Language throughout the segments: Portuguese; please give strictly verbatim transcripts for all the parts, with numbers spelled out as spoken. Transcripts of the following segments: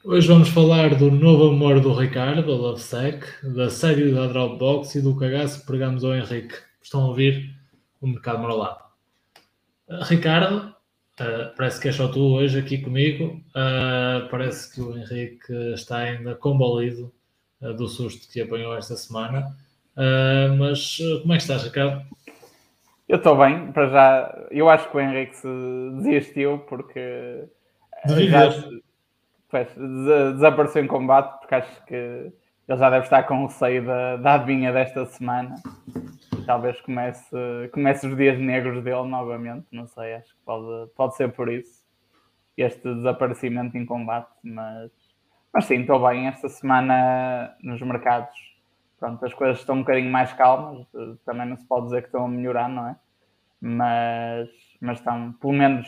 Hoje vamos falar do novo amor do Ricardo, a LoveSec, da série da Dropbox e do cagaço que pregamos ao Henrique. Estão a ouvir o mercado marolado. Uh, Ricardo, uh, parece que és só tu hoje aqui comigo. Uh, parece que o Henrique está ainda combalido uh, do susto que apanhou esta semana. Uh, mas uh, como é que estás, Ricardo? Eu estou bem, para já. Eu acho que o Henrique se desistiu porque De já viver. se, pois, desapareceu em combate, porque acho que ele já deve estar com receio da, da adivinha desta semana e talvez comece, comece os dias negros dele novamente. Não sei, acho que pode, pode ser por isso este desaparecimento em combate, mas, mas sim, estou bem. Esta semana nos mercados, pronto, as coisas estão um bocadinho mais calmas, também não se pode dizer que estão a melhorar, não é? Mas, mas estão, pelo menos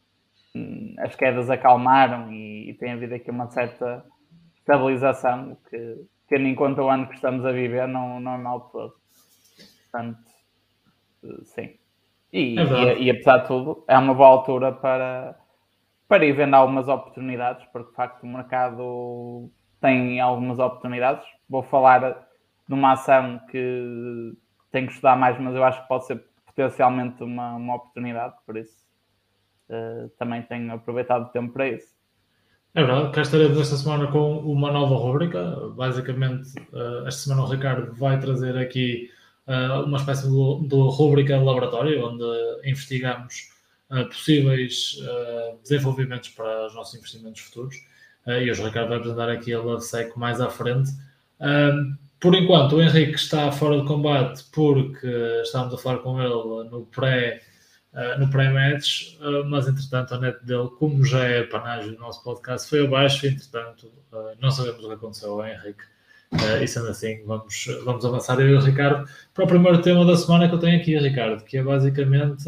as quedas acalmaram e, e tem havido aqui uma certa estabilização, que tendo em conta o ano que estamos a viver, não, não é mal todo. Portanto, sim. É E, e, verdade. e apesar de tudo, é uma boa altura para, para ir vendo algumas oportunidades, porque de facto o mercado tem algumas oportunidades. Vou falar de uma ação que tenho que estudar mais, mas eu acho que pode ser potencialmente uma, uma oportunidade, por isso uh, também tenho aproveitado o tempo para isso. É verdade, cá estaremos esta semana com uma nova rubrica. Basicamente, uh, esta semana o Ricardo vai trazer aqui uh, uma espécie de, de rubrica de laboratório, onde investigamos uh, possíveis uh, desenvolvimentos para os nossos investimentos futuros. Uh, e hoje o Ricardo vai apresentar aqui a LoveSec mais à frente. Uh, por enquanto, o Henrique está fora de combate porque estávamos a falar com ele no pré- Uh, no pré-match, uh, mas entretanto a net dele, como já é panágio do nosso podcast, foi abaixo, entretanto uh, não sabemos o que aconteceu ao Henrique. Uh, e sendo assim, vamos, vamos avançar eu e o Ricardo para o primeiro tema da semana que eu tenho aqui, Ricardo, que é basicamente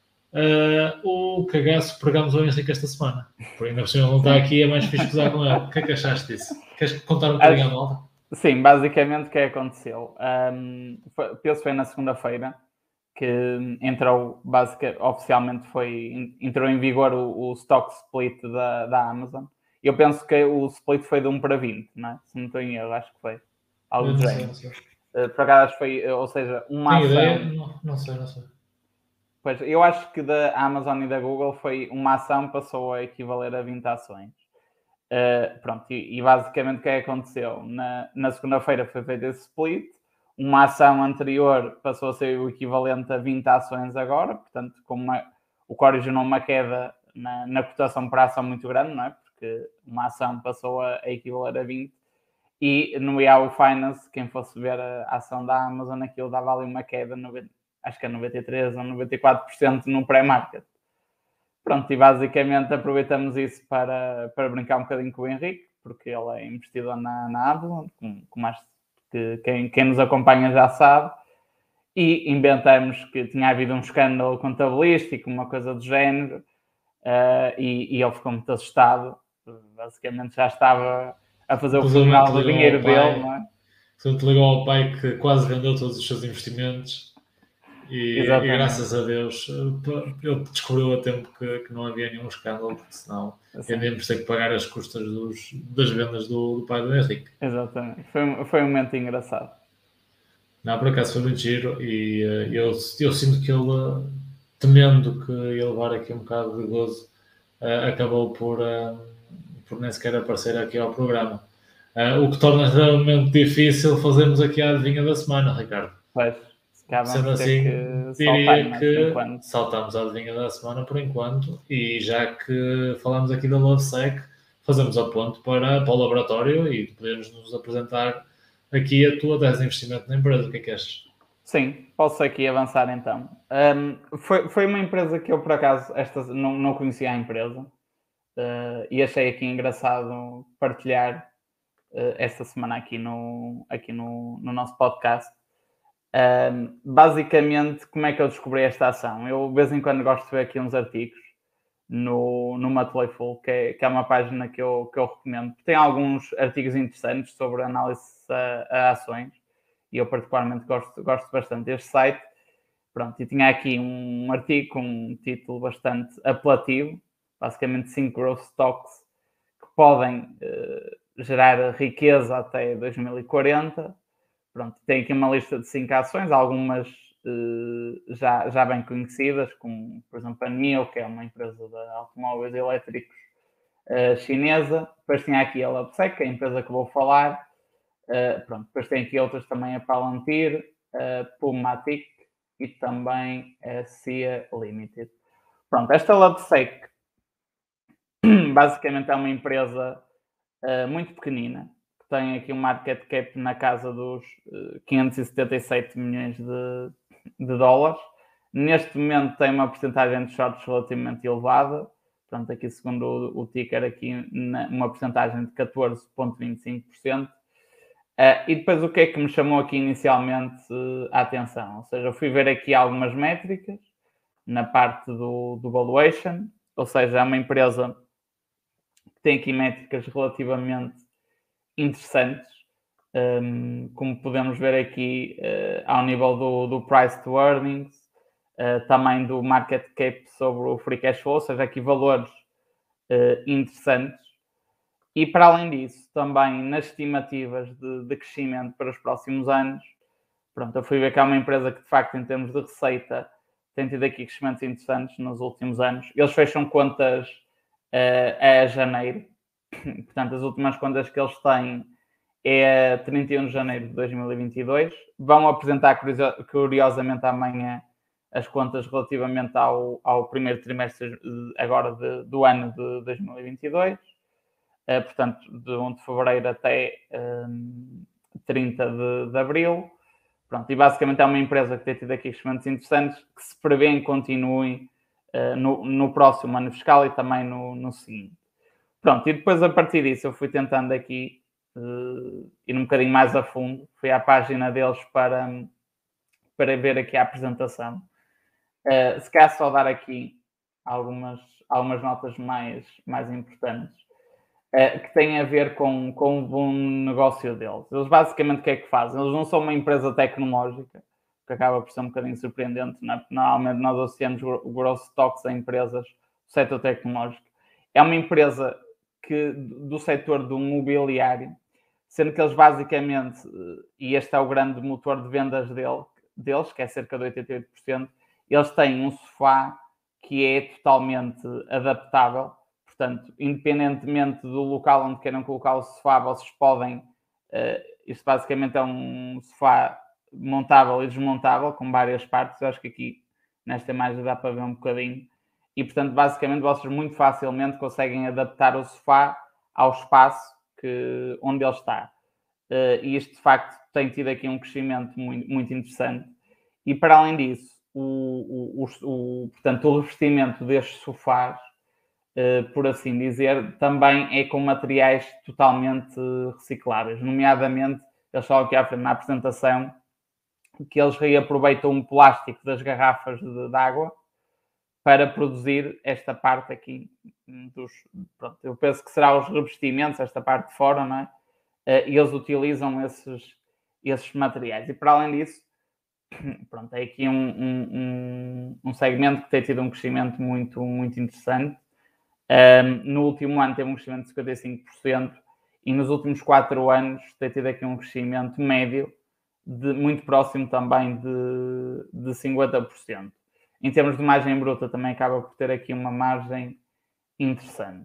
uh, o cagaço que pregamos ao Henrique esta semana. Por ainda por cima ele não está aqui, é mais fixe gozar com ele. O que é que achaste disso? Queres contar um bocadinho à Acho, malta? sim, basicamente o que aconteceu? Um, foi, penso que foi na segunda-feira que entrou, basic, oficialmente foi, entrou em vigor o, o stock split da, da Amazon. Eu penso que o split foi de um para vinte, não é? Se não estou em erro, acho que foi. Algo Eu do não sei, género. não sei. Uh, por acaso foi, ou seja, uma Tenho ideia? ação. Não, não sei, não sei. Pois, eu acho que da Amazon e da Google foi uma ação passou a equivaler a vinte ações. Uh, pronto, e, e, basicamente o que é que aconteceu? Na, na segunda-feira foi feito esse split, uma ação anterior passou a ser o equivalente a vinte ações agora, portanto, com uma, o que originou uma queda na, na cotação para a ação muito grande, não é? Porque uma ação passou a, a equivaler a vinte, e no Yahoo Finance, quem fosse ver a, a ação da Amazon, aquilo dava ali uma queda, noventa, acho que é noventa e três ou noventa e quatro por cento no pré-market. Pronto, e basicamente aproveitamos isso para, para brincar um bocadinho com o Henrique, porque ele é investidor na, na Amazon, como, como acho que quem, quem nos acompanha já sabe, e inventamos que tinha havido um escândalo contabilístico, uma coisa do género, uh, e, e ele ficou muito assustado, basicamente já estava a fazer o Inclusive, funeral do ligou dinheiro ao dele, pai, não é? portanto, ligou ao pai que quase vendeu todos os seus investimentos e, e Exatamente. graças a Deus ele descobriu a tempo que, que não havia nenhum escândalo, porque senão Assim, íamos ter que pagar as custas dos, das vendas do, do pai do Henrique. exatamente. Foi, foi um momento engraçado. Não, por acaso foi muito giro e uh, eu, eu sinto que ele, temendo que ia levar aqui um bocado de gozo, uh, acabou por, uh, por nem sequer aparecer aqui ao programa. Uh, o que torna realmente difícil fazermos aqui a adivinha da semana, Ricardo. Pois, se cá Sendo vamos ter assim, que saltar, diria não é? Por que enquanto. saltamos a adivinha da semana por enquanto e já que falamos aqui da LoveSec, fazemos a ponte para, para o laboratório e podemos nos apresentar aqui a tua tese de investimento na empresa. O que é que achas? Sim, posso aqui avançar então. Um, foi, foi uma empresa que eu, por acaso, esta, não, não conhecia a empresa uh, e achei aqui engraçado partilhar uh, esta semana aqui no, aqui no, no nosso podcast. Um, basicamente, como é que eu descobri esta ação? Eu, de vez em quando, gosto de ver aqui uns artigos no, no Motleyfool, que é, que é uma página que eu, que eu recomendo. Tem alguns artigos interessantes sobre análise a, a ações e eu particularmente gosto, gosto bastante deste site. Pronto, e tinha aqui um artigo com um título bastante apelativo, basicamente cinco growth stocks podem uh, gerar riqueza até dois mil e quarenta. Pronto, tem aqui uma lista de cinco ações, algumas uh, já, já bem conhecidas, como, por exemplo, a N I O, que é uma empresa de automóveis elétricos uh, chinesa. Depois tem aqui a Labsec, que é a empresa que vou falar. Uh, pronto, depois tem aqui outras também, a Palantir, a Pulmatic e também a C I A Limited. Pronto, esta Labsec basicamente é uma empresa uh, muito pequenina, que tem aqui um market cap na casa dos uh, quinhentos e setenta e sete milhões de, de dólares. Neste momento tem uma porcentagem de shorts relativamente elevada. Portanto, aqui segundo o, o ticker, aqui na, uma porcentagem de catorze vírgula vinte e cinco por cento. Uh, e depois o que é que me chamou aqui inicialmente uh, a atenção? Ou seja, eu fui ver aqui algumas métricas na parte do, do valuation, ou seja, é uma empresa que tem aqui métricas relativamente interessantes, um, como podemos ver aqui uh, ao nível do, do price to earnings, uh, também do market cap sobre o free cash flow, ou seja, aqui valores uh, interessantes. E para além disso, também nas estimativas de, de crescimento para os próximos anos, pronto, eu fui ver que há uma empresa que de facto em termos de receita tem tido aqui crescimentos interessantes nos últimos anos. Eles fecham contas uh, a janeiro, portanto as últimas contas que eles têm é trinta e um de janeiro de dois mil e vinte e dois. Vão apresentar curiosamente amanhã as contas relativamente ao, ao primeiro trimestre agora de, do ano de dois mil e vinte e dois. Uh, portanto, de um de fevereiro até um, trinta de, de abril. Pronto, e basicamente é uma empresa que tem tido aqui crescimentos interessantes que se prevê que continuem uh, no, no próximo ano fiscal e também no, no seguinte. Pronto, e depois a partir disso eu fui tentando aqui uh, ir um bocadinho mais a fundo. Fui à página deles para, para ver aqui a apresentação. Uh, se calhar só dar aqui algumas, algumas notas mais, mais importantes. Uh, que tem a ver com, com o negócio deles. Eles basicamente o que é que fazem? Eles não são uma empresa tecnológica, que acaba por ser um bocadinho surpreendente, não é? Normalmente nós associamos o growth stocks a empresas do setor tecnológico. É uma empresa que, do setor do mobiliário, sendo que eles basicamente, e este é o grande motor de vendas dele, deles, que é cerca de oitenta e oito por cento, eles têm um sofá que é totalmente adaptável. Portanto, independentemente do local onde queiram colocar o sofá, vocês podem... Uh, isto basicamente é um sofá montável e desmontável, com várias partes. Eu acho que aqui, nesta imagem, dá para ver um bocadinho. E, portanto, basicamente, vocês muito facilmente conseguem adaptar o sofá ao espaço que, onde ele está. Uh, e isto, de facto, tem tido aqui um crescimento muito, muito interessante. E, para além disso, o, o, o, o, portanto, o revestimento destes sofás, Uh, por assim dizer, também é com materiais totalmente recicláveis. Nomeadamente, eles falam aqui à frente na apresentação que eles reaproveitam um plástico das garrafas de, de água para produzir esta parte aqui dos... Pronto, eu penso que será os revestimentos, esta parte de fora, não é? Uh, e eles utilizam esses, esses materiais. E para além disso, pronto, é aqui um, um, um segmento que tem tido um crescimento muito, muito interessante. Um, no último ano teve um crescimento de cinquenta e cinco por cento e nos últimos quatro anos tem tido aqui um crescimento médio de, muito próximo também de, de cinquenta por cento. Em termos de margem bruta também acaba por ter aqui uma margem interessante.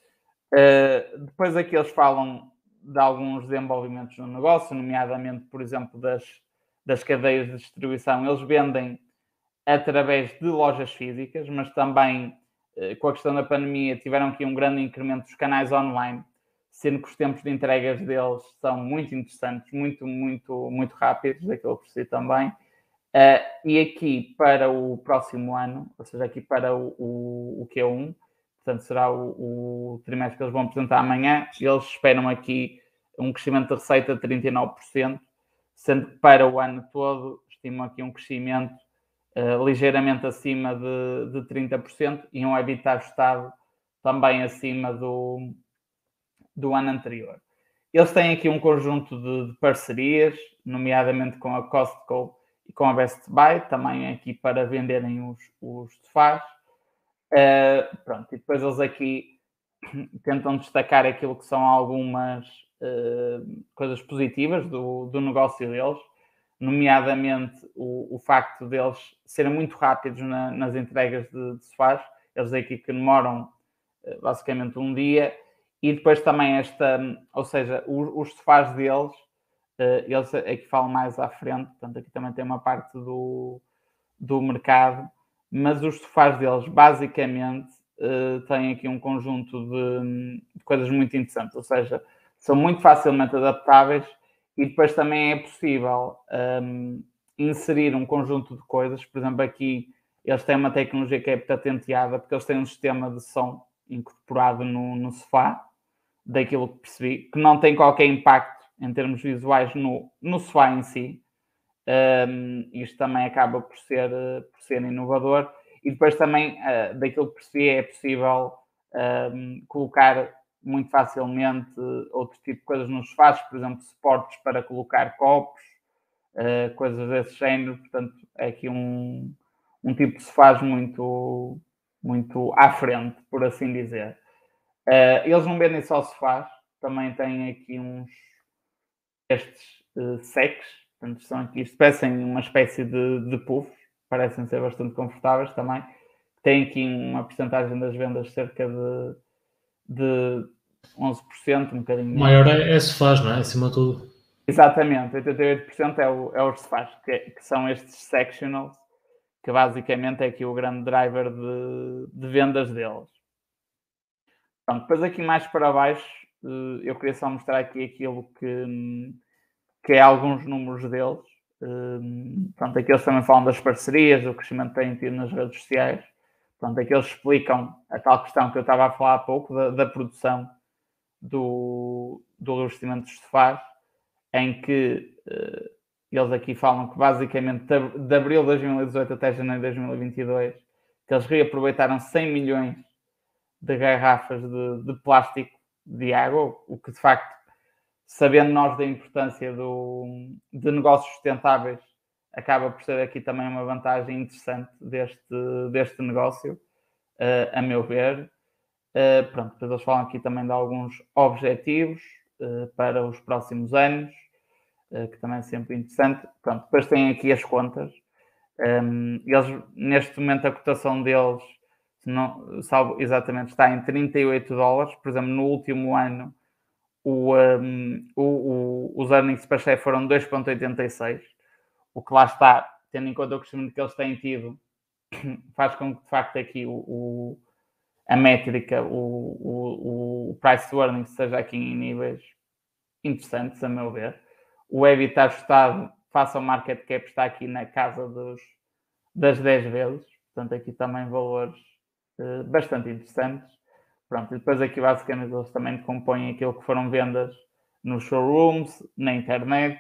Uh, depois aqui eles falam de alguns desenvolvimentos no negócio, nomeadamente, por exemplo, das, das cadeias de distribuição. Eles vendem através de lojas físicas, mas também com a questão da pandemia, tiveram aqui um grande incremento dos canais online, sendo que os tempos de entregas deles são muito interessantes, muito, muito, muito rápidos, daquilo que percebi também. Uh, e aqui para o próximo ano, ou seja, aqui para o, o, o Q um, portanto será o, o trimestre que eles vão apresentar amanhã, eles esperam aqui um crescimento de receita de trinta e nove por cento, sendo que para o ano todo estimam aqui um crescimento Uh, ligeiramente acima de, de trinta por cento e um EBITDA ajustado também acima do, do ano anterior. Eles têm aqui um conjunto de, de parcerias, nomeadamente com a Costco e com a Best Buy, também aqui para venderem os, os sofás. Uh, pronto, e depois eles aqui tentam destacar aquilo que são algumas uh, coisas positivas do, do negócio deles, nomeadamente o, o facto deles serem muito rápidos na, nas entregas de, de sofás. Eles aqui que demoram uh, basicamente um dia, e depois também esta, ou seja, os, os sofás deles, uh, eles aqui falam mais à frente, portanto aqui também tem uma parte do, do mercado, mas os sofás deles basicamente uh, têm aqui um conjunto de, de coisas muito interessantes, ou seja, são muito facilmente adaptáveis, e depois também é possível um, inserir um conjunto de coisas. Por exemplo, aqui eles têm uma tecnologia que é patenteada, porque eles têm um sistema de som incorporado no, no sofá, daquilo que percebi, que não tem qualquer impacto em termos visuais no, no sofá em si. Um, isto também acaba por ser, por ser inovador. E depois também, uh, daquilo que percebi, é possível um, colocar muito facilmente outro tipo de coisas nos sofás, por exemplo, suportes para colocar copos, uh, coisas desse género. Portanto, é aqui um, um tipo de sofás muito, muito à frente, por assim dizer. Uh, eles não vendem só sofás, também têm aqui uns estes uh, secs, portanto, são aqui, isto parecem uma espécie de, de puffs, parecem ser bastante confortáveis também. Tem aqui uma porcentagem das vendas cerca de, de onze por cento, um bocadinho menos. O maior é, é sofás, não é? Acima de tudo. Exatamente, oitenta e oito por cento é, o, é os sofás, que, que são estes sectionals, que basicamente é aqui o grande driver de, de vendas deles. Pronto, depois aqui mais para baixo, eu queria só mostrar aqui aquilo que, que é alguns números deles. Pronto, aqui eles também falam das parcerias, do crescimento que têm tido nas redes sociais. Pronto, aqui eles explicam a tal questão que eu estava a falar há pouco, da, da produção do, do revestimento dos sofás, em que uh, eles aqui falam que basicamente de, de abril de dois mil e dezoito até janeiro de dois mil e vinte e dois, que eles reaproveitaram cem milhões de garrafas de, de plástico de água, o que de facto, sabendo nós da importância do, de negócios sustentáveis, acaba por ser aqui também uma vantagem interessante deste, deste negócio, uh, a meu ver. Uh, pronto, depois eles falam aqui também de alguns objetivos uh, para os próximos anos, uh, que também é sempre interessante. Pronto, depois têm aqui as contas. Um, eles, neste momento, a cotação deles, se não, salvo exatamente, está em trinta e oito dólares. Por exemplo, no último ano, o, um, o, o, os earnings per share foram dois vírgula oitenta e seis, o que lá está, tendo em conta o crescimento que eles têm tido, faz com que, de facto, aqui o, o, a métrica, o, o, o price to earnings, seja aqui em níveis interessantes, a meu ver. O E B I T ajustado face ao market cap está aqui na casa dos, das dez vezes, portanto aqui também valores uh, bastante interessantes. Pronto, e depois aqui basicamente eles também compõem aquilo que foram vendas nos showrooms, na internet,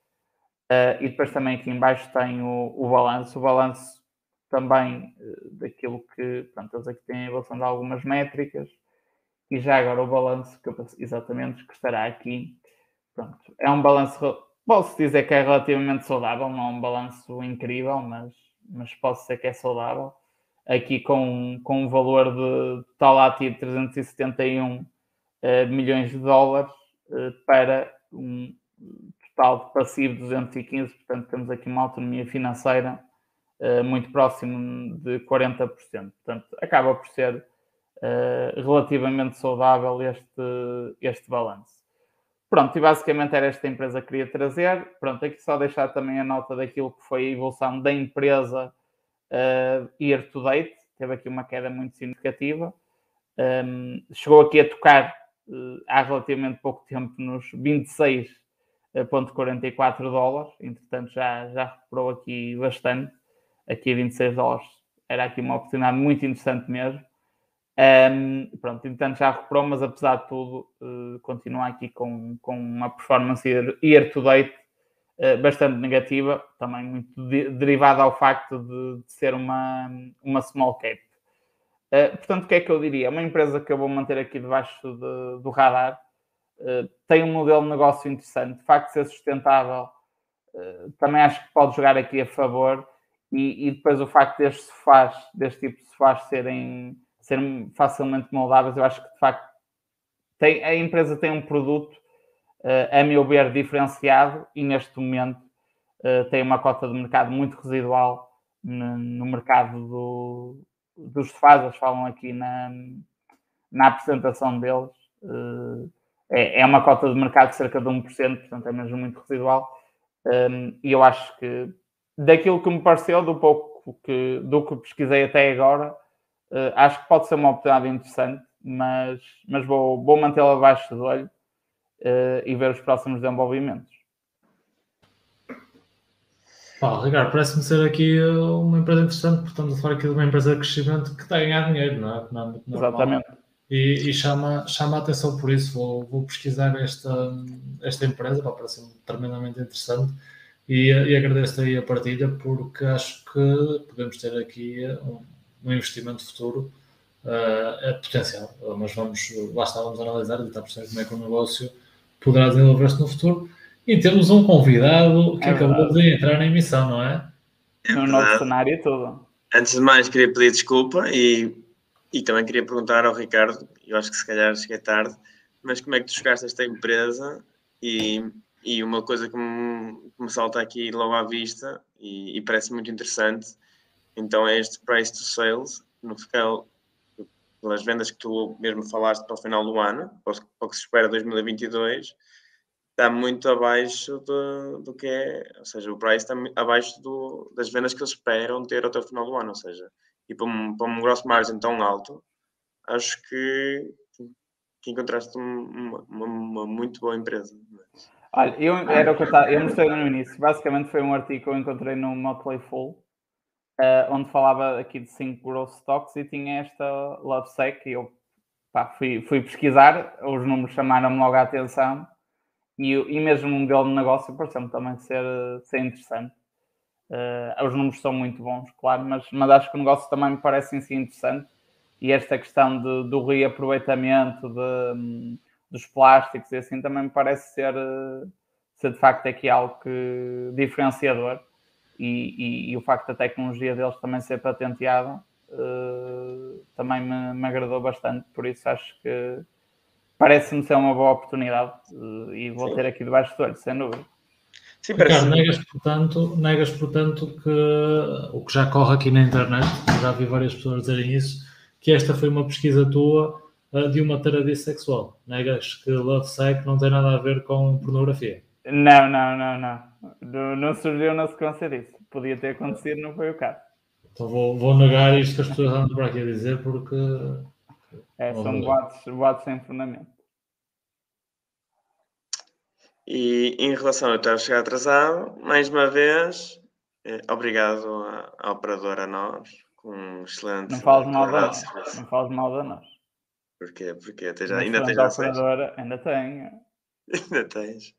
uh, e depois também aqui em baixo tem o, o balanço, o balanço também uh, daquilo que, pronto, eles aqui têm a evolução de algumas métricas, e já agora o balanço, que eu, exatamente, que estará aqui, pronto, é um balanço, posso dizer que é relativamente saudável, não é um balanço incrível, mas, mas posso dizer que é saudável. Aqui com, com um valor de total ativo de trezentos e setenta e um uh, milhões de dólares uh, para um total de passivo de duzentos e quinze, portanto temos aqui uma autonomia financeira uh, muito próximo de quarenta por cento. Portanto, acaba por ser uh, relativamente saudável este, este balanço. Pronto, e basicamente era esta empresa que queria trazer. Pronto, aqui só deixar também a nota daquilo que foi a evolução da empresa uh, year to date. Teve aqui uma queda muito significativa. Um, chegou aqui a tocar uh, há relativamente pouco tempo nos vinte e seis vírgula quarenta e quatro dólares. Entretanto, já, já recuperou aqui bastante. Aqui a vinte e seis dólares era aqui uma oportunidade muito interessante mesmo. Um, pronto, entretanto já recuperou, mas apesar de tudo uh, continua aqui com, com uma performance year to date uh, bastante negativa, também muito de, derivada ao facto de, de ser uma, uma small cap. Uh, portanto, o que é que eu diria? Uma empresa que eu vou manter aqui debaixo de, do radar, uh, tem um modelo de negócio interessante, de facto de ser sustentável, uh, também acho que pode jogar aqui a favor, e, e depois o facto destes sofás, deste tipo de sofás serem serem facilmente moldáveis, eu acho que de facto tem, a empresa tem um produto, uh, a meu ver, diferenciado e neste momento uh, tem uma cota de mercado muito residual no, no mercado do, dos sofás. Eles falam aqui na, na apresentação deles. Uh, é, é uma cota de mercado de cerca de um por cento, portanto é mesmo muito residual. Um, e eu acho que daquilo que me pareceu, do pouco que, do que pesquisei até agora, uh, acho que pode ser uma oportunidade interessante, mas, mas vou, vou mantê-la abaixo do olho uh, e ver os próximos desenvolvimentos. Pá, Ricardo, parece-me ser aqui uma empresa interessante, porque estamos a falar aqui de uma empresa de crescimento que está a ganhar dinheiro, não é? Não é muito normal. Exatamente. E, e chama, chama a atenção por isso. Vou, vou pesquisar esta, esta empresa, parece-me tremendamente interessante. E, e agradeço aí a partilha, porque acho que podemos ter aqui um, um investimento futuro uh, é potencial. Mas vamos, lá está, vamos analisar e tentar perceber como é que o negócio poderá desenvolver-se no futuro. E temos um convidado que é acabou verdade. de entrar na emissão, não é? É um novo cenário e tudo. Antes de mais, queria pedir desculpa e, e também queria perguntar ao Ricardo, eu acho que se calhar cheguei tarde, mas como é que tu chegaste a esta empresa? E, e uma coisa que me, que me salta aqui logo à vista e, e parece muito interessante, então é este price to sales, no final, pelas vendas que tu mesmo falaste para o final do ano, para o que se espera dois mil e vinte e dois, está muito abaixo do, do que é, ou seja, o price está abaixo do, das vendas que eles esperam ter até o final do ano, ou seja, e para um, para um gross margin tão alto, acho que, que encontraste uma, uma, uma muito boa empresa. Olha, eu, era o que eu, tava, eu mostrei no início, basicamente foi um artigo que eu encontrei no Motley Fool, uh, onde falava aqui de cinco growth stocks e tinha esta Lovesac, e eu pá, fui, fui pesquisar, os números chamaram-me logo a atenção. E, e mesmo um modelo de negócio pareceu-me também ser, ser interessante. Uh, os números são muito bons, claro, mas, mas acho que o negócio também me parece em si interessante. E esta questão de, do reaproveitamento de, um, dos plásticos e assim também me parece ser, ser de facto aqui algo que, diferenciador. E, e, e o facto da tecnologia deles também ser patenteada uh, também me, me agradou bastante. Por isso acho que parece-me ser uma boa oportunidade uh, e vou Sim. ter aqui debaixo do olho, sem dúvida. Sim, Ricardo, negas, portanto, negas, portanto, que o que já corre aqui na internet, já vi várias pessoas dizerem isso, que esta foi uma pesquisa tua uh, de uma taradice sexual. Negas que Lovesac não tem nada a ver com pornografia. Não, não, não, não. Não, não surgiu na sequência disso. Podia ter acontecido, não foi o caso. Então vou, vou negar isto que as pessoas andam por aqui a dizer, porque... É, são boatos, boatos sem fundamento. E em relação a eu estar a chegar atrasado, mais uma vez, eh, obrigado à, à operadora a nós, com um excelente... Não fales mal da nós, não fales mal da nós. Porquê? Porque até já, ainda tens ações. Operadora, ainda tenho. Ainda tens.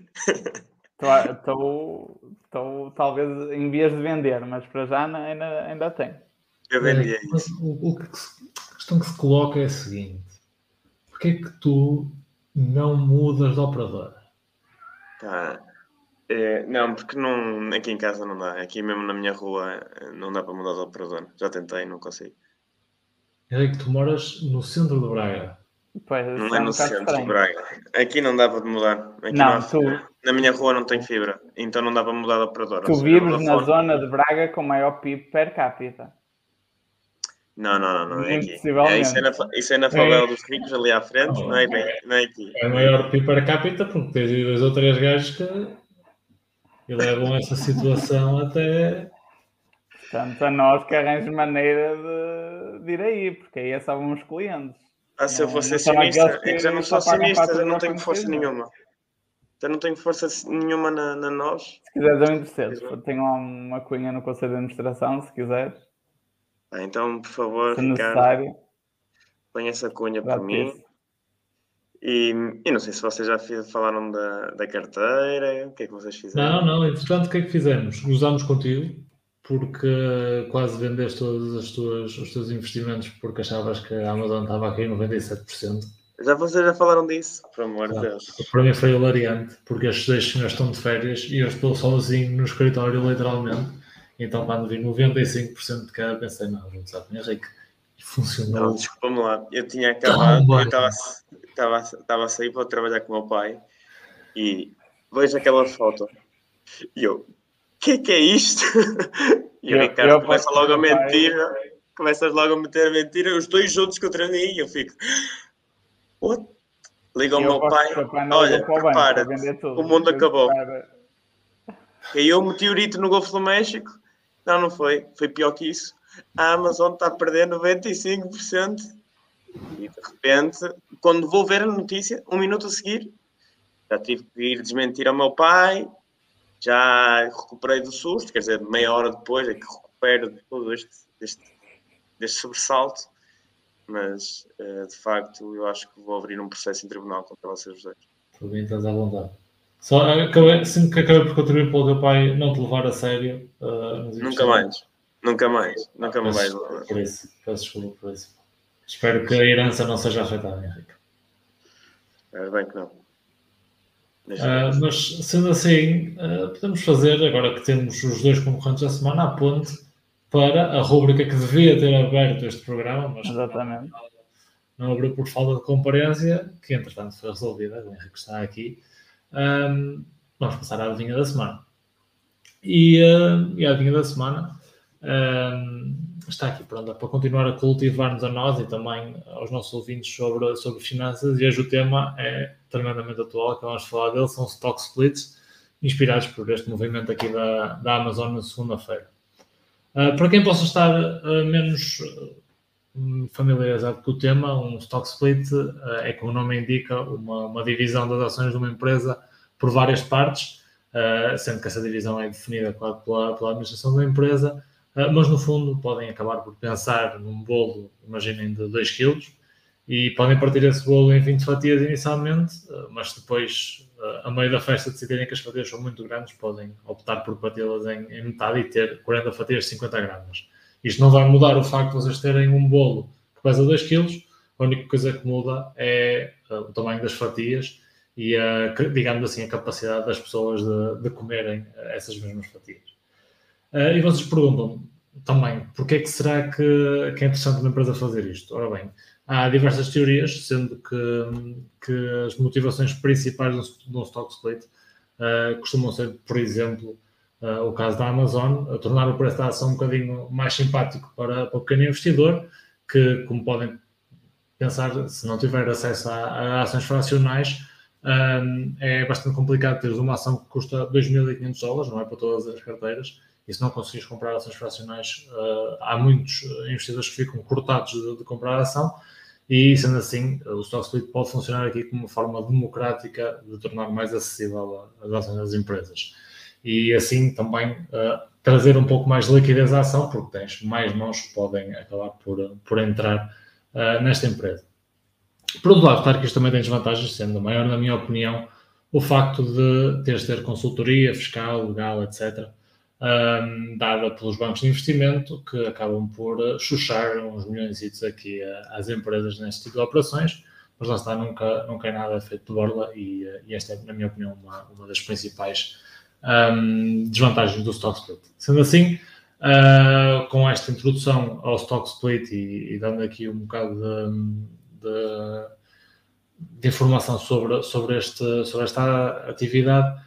Estou, talvez, em vias de vender, mas para já ainda, ainda tenho. Eu vendi é, mas o, o que se, a questão que se coloca é a seguinte: porquê é que tu não mudas de operadora? Tá. É, não, porque não, aqui em casa não dá. Aqui mesmo na minha rua não dá para mudar de operadora. Já tentei, não consigo. É que tu moras no centro de Braga. Pois, não é um no centro estranho. de Braga. Aqui não dá para mudar. Aqui não, não tu, na minha rua não tem fibra, então não dá para mudar de operadora. Tu vives na zona de Braga com maior P I B per capita. Não, não, não, não é Muito aqui. É, isso, é na, isso é na favela dos ricos ali à frente, não, não, é, bem, não é aqui. É maior P I B per capita porque tens dois ou três gajos que e levam essa situação até... Portanto, a nós que arranjamos maneira de, de ir aí, porque aí é só vamos clientes. Ah, se não, eu fosse acionista, é que já não sou acionista, já não tenho força nenhuma. Já não tenho força nenhuma na, na nós. Se quiseres, eu interesso. Tenho lá uma cunha no Conselho de Administração, se quiseres. Ah, então, por favor, se Ricardo, necessário, põe essa cunha para mim. E, e não sei se vocês já falaram da, da carteira, o que é que vocês fizeram? Não, não, entretanto, o que é que fizemos? Usámos contigo, porque quase vendeste todos as tuas, os teus investimentos porque achavas que a Amazon estava aqui em noventa e sete por cento. Já vocês já falaram disso, por amor de Deus. Para mim foi hilariante, porque estes dois senhores estão de férias e eu estou sozinho no escritório, literalmente. Então, quando vi noventa e cinco por cento de cada, pensei, não, não sabe, Henrique, funcionou. Não, desculpa-me lá, eu tinha acabado, eu estava estava, estava a sair para trabalhar com o meu pai e vejo aquela foto e eu, o que é que é isto? E o Ricardo eu começa logo a mentir, pai... começas logo a meter mentira, os dois juntos contra mim e eu fico, what? Liga ao meu pai, olha, prepara-te, o mundo acabou. Caiu o meteorito no Golfo do México? Não, não foi. Foi pior que isso. A Amazon está a perder noventa e cinco por cento. E de repente, quando vou ver a notícia, um minuto a seguir, já tive que ir desmentir ao meu pai, já recuperei do susto, quer dizer, meia hora depois é que recupero de todo este, deste, deste sobressalto. Mas, de facto, eu acho que vou abrir um processo em tribunal contra vocês dois. Tu bem, estás à vontade. Só acabei, sempre que acabei por contribuir para o teu pai não te levar a sério. Uh, nunca mais. Nunca mais. Nunca mais. mais. Por isso. Peço desculpa por isso. Espero que a herança não seja afetada, Henrique. Espero bem que não. Uh, mas, sendo assim, uh, podemos fazer, agora que temos os dois concorrentes da semana, a ponte para a rúbrica que devia ter aberto este programa, mas Exatamente. Não, não abriu por falta de comparência, que entretanto foi resolvida, o Henrique está aqui. Um, vamos passar à adivinha da semana. E, uh, e a adivinha da semana um, está aqui pronta para continuar a cultivar-nos a nós e também aos nossos ouvintes sobre, sobre finanças. E hoje o tema é tremendamente atual, que vamos falar dele, são stock splits, inspirados por este movimento aqui da, da Amazon na segunda-feira. Uh, para quem possa estar uh, menos uh, familiarizado com o tema, um stock split uh, é, como o nome indica, uma, uma divisão das ações de uma empresa por várias partes, uh, sendo que essa divisão é definida, claro, pela, pela administração da empresa, uh, mas no fundo podem acabar por pensar num bolo, imaginem, de dois quilos, e podem partir esse bolo em vinte fatias inicialmente, uh, mas depois, uh, a meio da festa, decidirem que as fatias são muito grandes, podem optar por parti-las em, em metade e ter quarenta fatias de cinquenta gramas. Isto não vai mudar o facto de vocês terem um bolo que pesa dois quilos, a única coisa que muda é uh, o tamanho das fatias e, uh, digamos assim, a capacidade das pessoas de, de comerem uh, essas mesmas fatias. Uh, e vocês perguntam também, porquê é que será que, que é interessante uma empresa fazer isto? Ora bem, há diversas teorias, sendo que, que as motivações principais de um stock split uh, costumam ser, por exemplo, uh, o caso da Amazon, a tornar o preço da ação um bocadinho mais simpático para, para o pequeno investidor, que, como podem pensar, se não tiver acesso a, a ações fracionais, um, é bastante complicado ter uma ação que custa dois mil e quinhentos dólares, não é para todas as carteiras, e se não conseguires comprar ações fracionais, uh, há muitos investidores que ficam cortados de, de comprar a ação, e sendo assim, o stock split pode funcionar aqui como uma forma democrática de tornar mais acessível as ações das empresas. E assim também uh, trazer um pouco mais de liquidez à ação, porque tens mais mãos que podem acabar por, por entrar uh, nesta empresa. Por outro lado, claro que isto também tem desvantagens, sendo maior, na minha opinião, o facto de teres de ter consultoria fiscal, legal, etcétera, Um, dada pelos bancos de investimento, que acabam por uh, chuchar uns milhões aqui uh, às empresas neste tipo de operações, mas lá está, nunca, nunca é nada feito de borla e, uh, e esta é, na minha opinião, uma, uma das principais um, desvantagens do stock split. Sendo assim, uh, com esta introdução ao stock split e, e dando aqui um bocado de, de, de informação sobre, sobre, este, sobre esta atividade,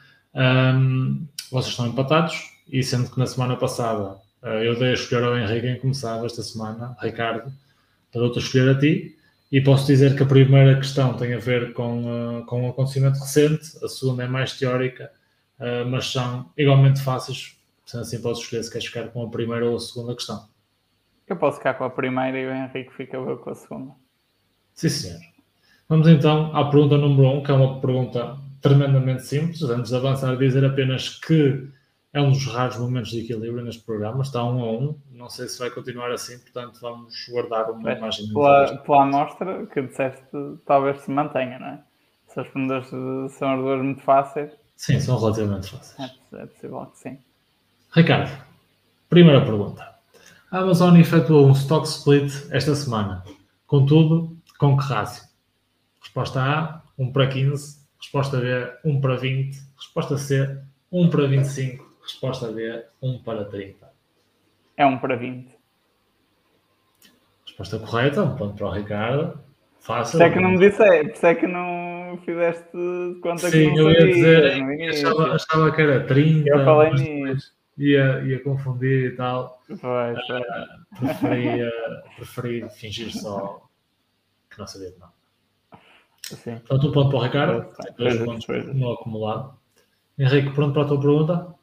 um, vocês estão empatados. E sendo que na semana passada uh, eu dei a escolher ao Henrique em começava esta semana, Ricardo, dou-te a escolher a ti, e posso dizer que a primeira questão tem a ver com, uh, com um acontecimento recente, a segunda é mais teórica, uh, mas são igualmente fáceis, sendo assim podes escolher se queres ficar com a primeira ou a segunda questão. Eu posso ficar com a primeira e o Henrique fica eu com a segunda. Sim, senhor. Vamos então à pergunta número um, que é uma pergunta tremendamente simples, antes de avançar, dizer apenas que é um dos raros momentos de equilíbrio neste programa, está um a um, não sei se vai continuar assim, portanto vamos guardar uma Mas, imagem. Pela, pela amostra que disseste, talvez se mantenha, não é? Se as perguntas são as duas muito fáceis. Sim, são relativamente fáceis. É, é possível que sim. Ricardo, primeira pergunta. A Amazon efetuou um stock split esta semana, contudo, com que rácio? Resposta A, um para quinze, resposta B, um para vinte, resposta C, um para vinte e cinco, resposta B, um para trinta. É um para vinte. Resposta correta, um ponto para o Ricardo. Fácil. Por isso é que não me disse, por isso é que não fizeste conta. Sim, que eu não ia dizer, sabia, achava, achava que era trinta, eu falei mas nisso. ia, ia confundir e tal. Pois, pois. Uh, preferi, uh, preferi fingir só que não sabia de nada. Sim. Portanto, um ponto para o Ricardo, Pois, dois pois, pontos pois. no acumulado. Henrique, pronto para a tua pergunta?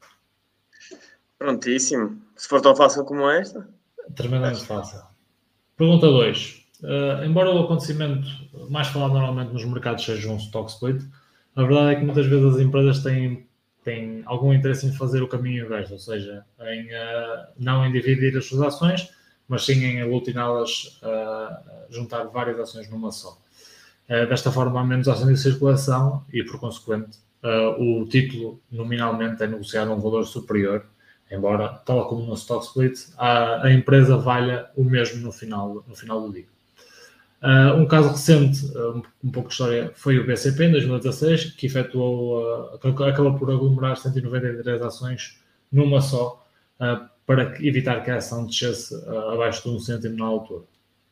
Prontíssimo. Se for tão fácil como esta. Tremendamente fácil. Pergunta dois. Uh, embora o acontecimento mais falado normalmente nos mercados seja um stock split, a verdade é que muitas vezes as empresas têm, têm algum interesse em fazer o caminho inverso, ou seja, em, uh, não em dividir as suas ações, mas sim em aglutiná-las, uh, juntar várias ações numa só. Uh, desta forma, há menos ações de circulação e, por consequente, uh, o título nominalmente é negociado a um valor superior, embora, tal como no stock split, a, a empresa valha o mesmo no final, no final do dia. Uh, um caso recente, uh, um pouco de história, foi o B C P, em dois mil e dezasseis, que efetuou, uh, acabou por aglomerar cento e noventa e três ações numa só, uh, para evitar que a ação descesse uh, abaixo de um cêntimo na altura.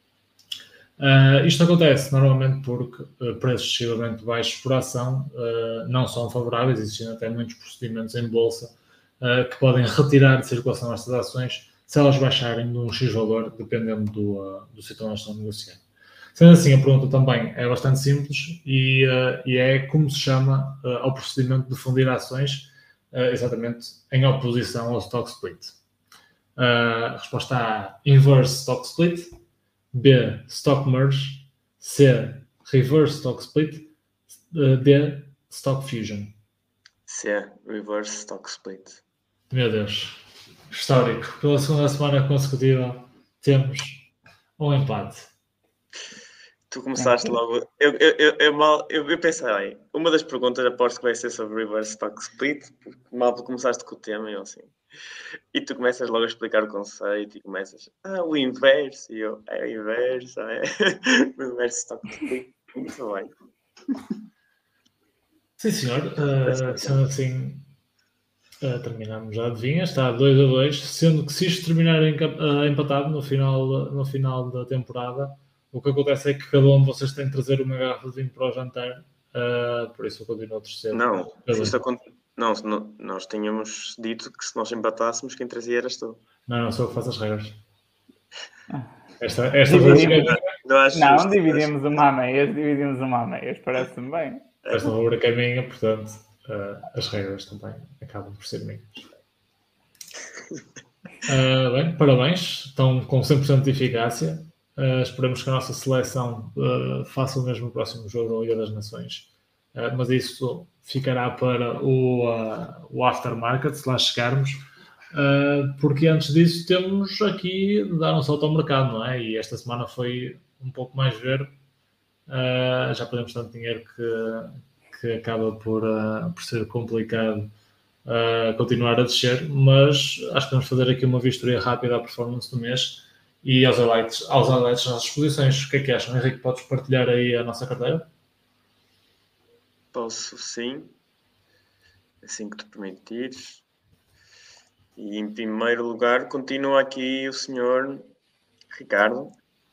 Uh, isto acontece normalmente porque uh, preços excessivamente baixos por ação uh, não são favoráveis, existem até muitos procedimentos em bolsa uh, que podem retirar de circulação estas ações se elas baixarem de um X valor, dependendo do, uh, do sítio onde elas estão negociando. Sendo assim, a pergunta também é bastante simples e, uh, e é como se chama uh, ao procedimento de fundir ações uh, exatamente em oposição ao stock split. Uh, a resposta A, inverse stock split. B, stock merge. C, reverse stock split. D, stock fusion. C, reverse stock split. Meu Deus, histórico. Pela segunda semana consecutiva temos um empate. Tu começaste logo. Eu, eu, eu, eu, mal, eu, eu pensei, aí, uma das perguntas aposto que vai ser sobre reverse stock split, porque mal tu começaste com o tema, eu assim. E tu começas logo a explicar o conceito e começas, ah, o inverso, e eu, é o inverso, é o reverse stock split. Muito bem. Sim, senhor. Uh, sendo assim, uh, terminamos a adivinha. Está dois a dois, sendo que se isto terminar uh, empatado no final, no final da temporada, o que acontece é que cada um de vocês tem de trazer uma garrafa de vinho para o jantar, uh, por isso eu continuo a terceiro. Não, se isto aconte... não, não, nós tínhamos dito que se nós empatássemos, quem trazia eras tu. Não, não sou eu que faço as regras. Esta, esta Dividimos. rubrica, não, acho não justo, dividimos acho... uma a meias, dividimos uma a meias, parece-me bem. Esta rubrica é minha, portanto, uh, as regras também acabam por ser minhas. Uh, bem, parabéns, estão com cem por cento de eficácia. Uh, esperamos que a nossa seleção uh, faça o mesmo no próximo jogo da Liga das Nações. Uh, mas isso ficará para o, uh, o aftermarket, se lá chegarmos. Uh, porque antes disso temos aqui de dar um salto ao mercado, não é? E esta semana foi um pouco mais verde. Uh, já perdemos tanto dinheiro que, que acaba por, uh, por ser complicado uh, continuar a descer, mas acho que vamos fazer aqui uma vistoria rápida à performance do mês e aos highlights, aos highlights das nossas posições. O que é que acham? Henrique, podes partilhar aí a nossa carteira? Posso, sim. Assim que tu permitires. E em primeiro lugar continua aqui o senhor Ricardo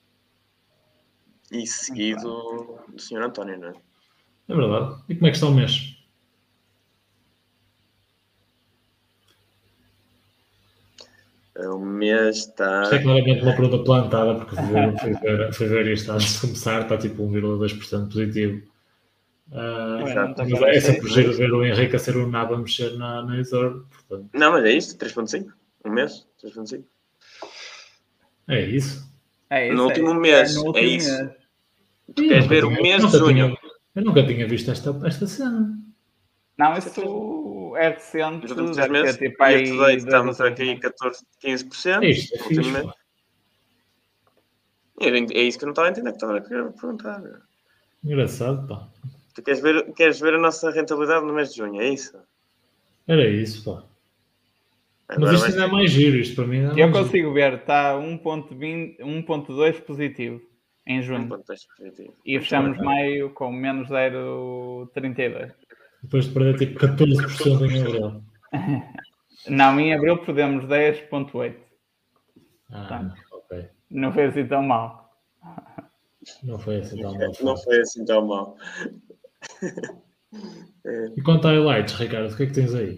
e seguido do senhor António, não é? É verdade. E como é que está o mês? O mês está... Isto é claramente uma pergunta plantada, porque fui ver, fui ver, fui ver isto antes de começar, está tipo um vírgula dois por cento positivo. Uh, Exato. Mas é sempre giro ver o Henrique a ser o nabo a mexer na, na Isor. Portanto... Não, mas é isto, três vírgula cinco. Um mês, três vírgula cinco. É isso. É isso no último é, mês, é, no é último isso. mês. Tu queres ver tinha, o mês de junho? Tinha, eu nunca tinha visto esta, esta cena. Não, isso é recente. Nos últimos três meses, tipo, e aí today estamos aqui catorze, quinze por cento. É isto, é fixe, mês. É isso que eu não estava a entender que estava a querer perguntar. Engraçado, pá. Tu queres ver, queres ver a nossa rentabilidade no mês de junho, é isso? Era isso, pá. Agora mas isto ainda é mais giro, isto para mim ainda é Eu mais consigo giro. ver, está um ponto dois positivo em junho. um ponto dois positivo. E fechamos maio com menos zero vírgula trinta e dois. Depois de perder tipo catorze por cento em abril. Não, em abril perdemos dez vírgula oito. Ah, ok. Não foi assim tão mal. Não foi assim tão mal. Não foi assim tão mal. E quanto a highlights, Ricardo, o que é que tens aí?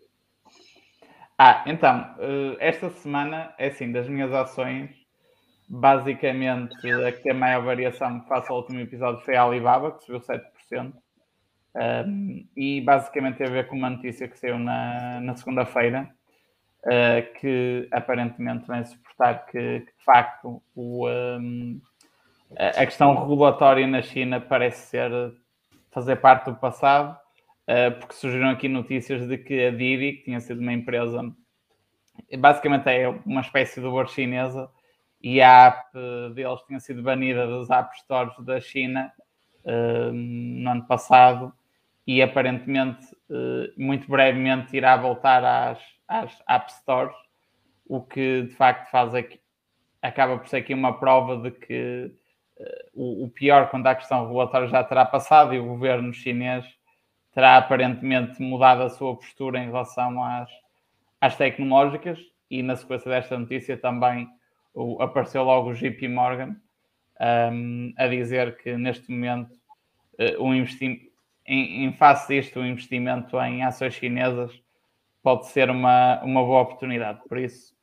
Ah, então, esta semana, é assim, das minhas ações, basicamente, a que tem a maior variação face ao último episódio foi a Alibaba, que subiu sete por cento. Um, e basicamente tem a ver com uma notícia que saiu na, na segunda-feira, uh, que aparentemente vem suportar que, que de facto o, um, a questão regulatória na China parece ser fazer parte do passado, uh, porque surgiram aqui notícias de que a Didi, que tinha sido uma empresa, basicamente é uma espécie de Uber chinesa, e a app deles tinha sido banida dos App Stores da China uh, no ano passado, e aparentemente, muito brevemente, irá voltar às, às App Stores, o que de facto faz aqui, acaba por ser aqui uma prova de que uh, o, o pior quando a questão regulatória já terá passado e o governo chinês terá aparentemente mudado a sua postura em relação às, às tecnológicas, e na sequência desta notícia também o, apareceu logo o J P Morgan um, a dizer que neste momento uh, o investimento Em, em face disto, o investimento em ações chinesas pode ser uma, uma boa oportunidade. Por isso,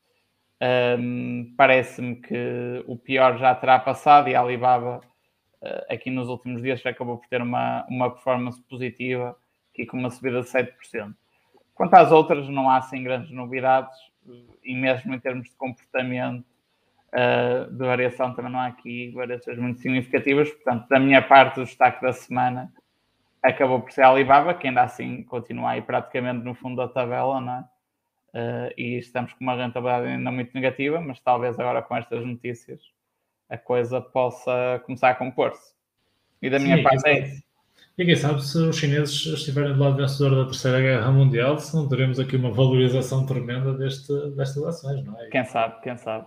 um, parece-me que o pior já terá passado, e a Alibaba, uh, aqui nos últimos dias, já acabou por ter uma, uma performance positiva, aqui com uma subida de sete por cento. Quanto às outras, não há assim grandes novidades, e mesmo em termos de comportamento uh, de variação, também não há aqui variações muito significativas. Portanto, da minha parte, o destaque da semana acabou por ser a Alibaba, que ainda assim continua aí praticamente no fundo da tabela, não é? Uh, e estamos com uma rentabilidade ainda muito negativa, mas talvez agora com estas notícias a coisa possa começar a compor-se. E da Sim, minha parte é isso. E quem sabe se os chineses estiverem do lado vencedor da Terceira Guerra Mundial, se não teremos aqui uma valorização tremenda deste, destas ações, não é? Quem sabe, quem sabe.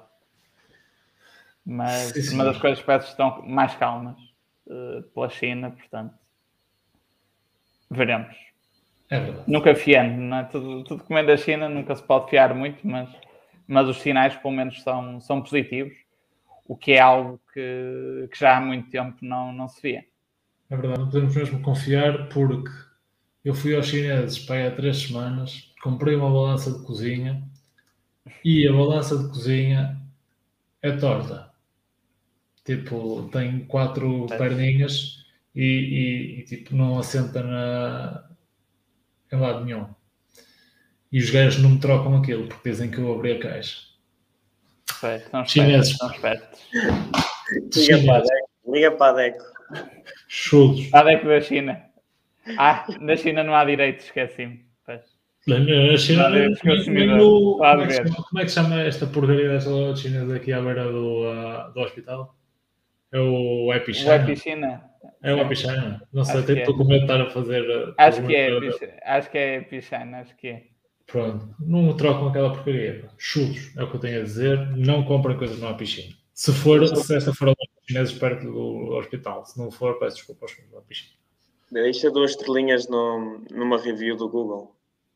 Mas Sim, uma das coisas que parece que estão mais calmas uh, pela China, portanto, veremos. É verdade. Nunca fiando, não é? Tudo, tudo que vem da China nunca se pode fiar muito, mas, mas os sinais pelo menos são, são positivos, o que é algo que, que já há muito tempo não, não se via. É verdade, não podemos mesmo confiar, porque eu fui aos chineses para aí há três semanas, comprei uma balança de cozinha e a balança de cozinha é torta. Tipo, tem quatro É. perninhas e, e, e tipo, não assenta na, em lado nenhum. E os gajos não me trocam aquilo porque dizem que eu abri a caixa. É, são Chineses. São espertos. Liga para a Deco. Liga para a Deco. Chulos. A Deco da China. Ah, na China não há direitos, esqueci-me. Pois. Na China, Não há direitos nem- nem consumidores. o- Está a como, é que se ver. chama, como é que se chama esta porcaria desta loja chinesa aqui à beira do, uh, do hospital? É o Happy O China? Happy China. É o Sim. Happy China? Não sei, Acho que estou é. com medo de estar a fazer. uh, Acho que é alguma- Happy- acho que é Happy China, acho que é. Pronto, não trocam aquela porcaria. pá. Chulos, é o que eu tenho a dizer. Não comprem coisas no Happy China. Se for, se esta for a loja chinesa perto do hospital, se não for, peço desculpa aos do Happy China. Deixa duas estrelinhas no, numa review do Google.